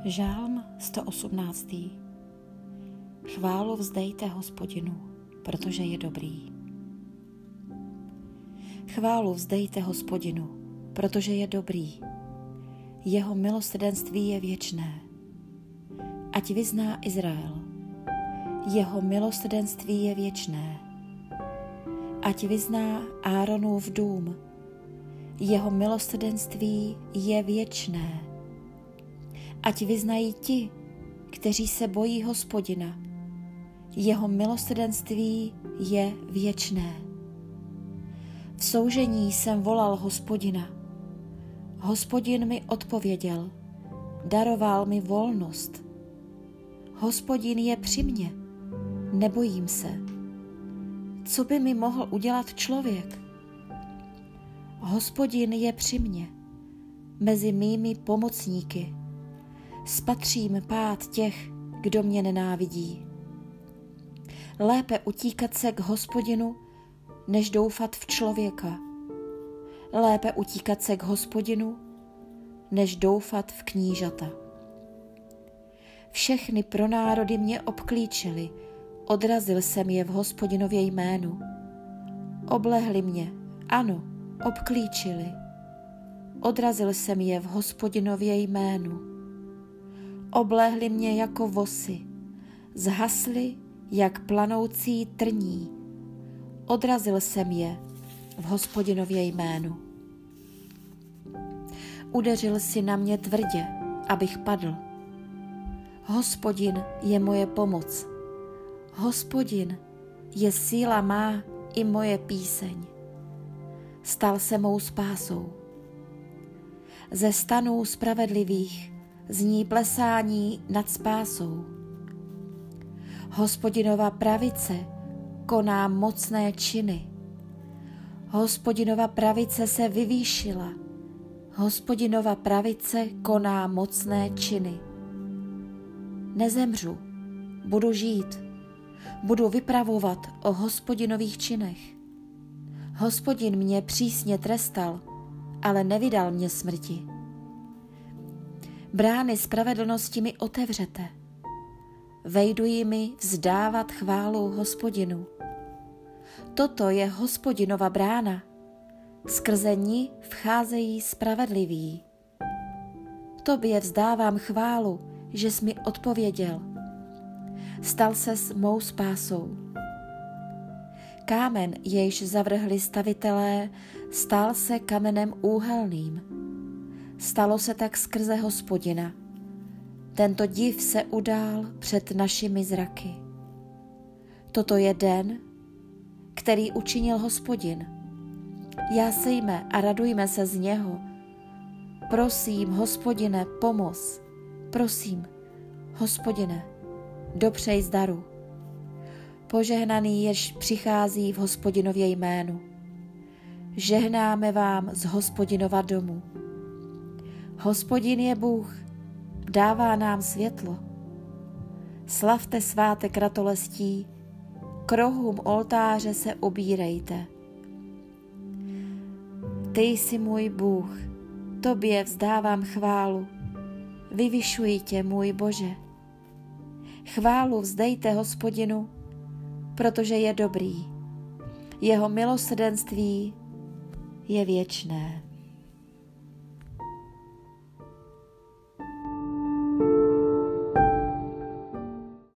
Žálm 118. Chválu vzdejte Hospodinu, protože je dobrý. Chválu vzdejte Hospodinu, protože je dobrý. Jeho milosrdenství je věčné. Ať vyzná Izrael. Jeho milosrdenství je věčné. Ať vyzná Áronův dům. Jeho milosrdenství je věčné. Ať vyznají ti, kteří se bojí Hospodina. Jeho milosrdenství je věčné. V soužení jsem volal Hospodina. Hospodin mi odpověděl, daroval mi volnost. Hospodin je při mně, nebojím se. Co by mi mohl udělat člověk? Hospodin je při mně, mezi mými pomocníky. Spatřím pád těch, kdo mě nenávidí. Lépe utíkat se k Hospodinu, než doufat v člověka. Lépe utíkat se k Hospodinu, než doufat v knížata. Všechny pronárody mě obklíčily, odrazil jsem je v Hospodinově jménu. Oblehli mě, ano, obklíčili. Odrazil jsem je v Hospodinově jménu. Oblehli mě jako vosy, zhasli jak planoucí trní. Odrazil jsem je v Hospodinově jménu. Udeřil si na mě tvrdě, abych padl. Hospodin je moje pomoc. Hospodin je síla má i moje píseň. Stal se mou spásou. Ze stanů spravedlivých zní plesání nad spásou. Hospodinova pravice koná mocné činy. Hospodinova pravice se vyvýšila. Hospodinova pravice koná mocné činy. Nezemřu, budu žít, budu vypravovat o Hospodinových činech. Hospodin mě přísně trestal, ale nevydal mě smrti. Brány spravedlnosti mi otevřete. Vejdu jimi vzdávat chválu Hospodinu. Toto je Hospodinova brána. Skrze ní vcházejí spravedliví. Tobě vzdávám chválu, že jsi mi odpověděl. Stal ses mou spásou. Kámen, jejž zavrhli stavitelé, stal se kamenem úhelným. Stalo se tak skrze Hospodina. Tento div se udál před našimi zraky. Toto je den, který učinil Hospodin. Jásejme a radujme se z něho. Prosím, Hospodine, pomoz. Prosím, Hospodine, dopřej zdaru. Požehnaný jež přichází v Hospodinově jménu. Žehnáme vám z Hospodinova domu. Hospodin je Bůh, dává nám světlo. Slavte svátek ratolestí, k rohům oltáře se obírejte. Ty jsi můj Bůh, tobě vzdávám chválu, vyvyšuji tě, můj Bože. Chválu vzdejte Hospodinu, protože je dobrý. Jeho milosrdenství je věčné.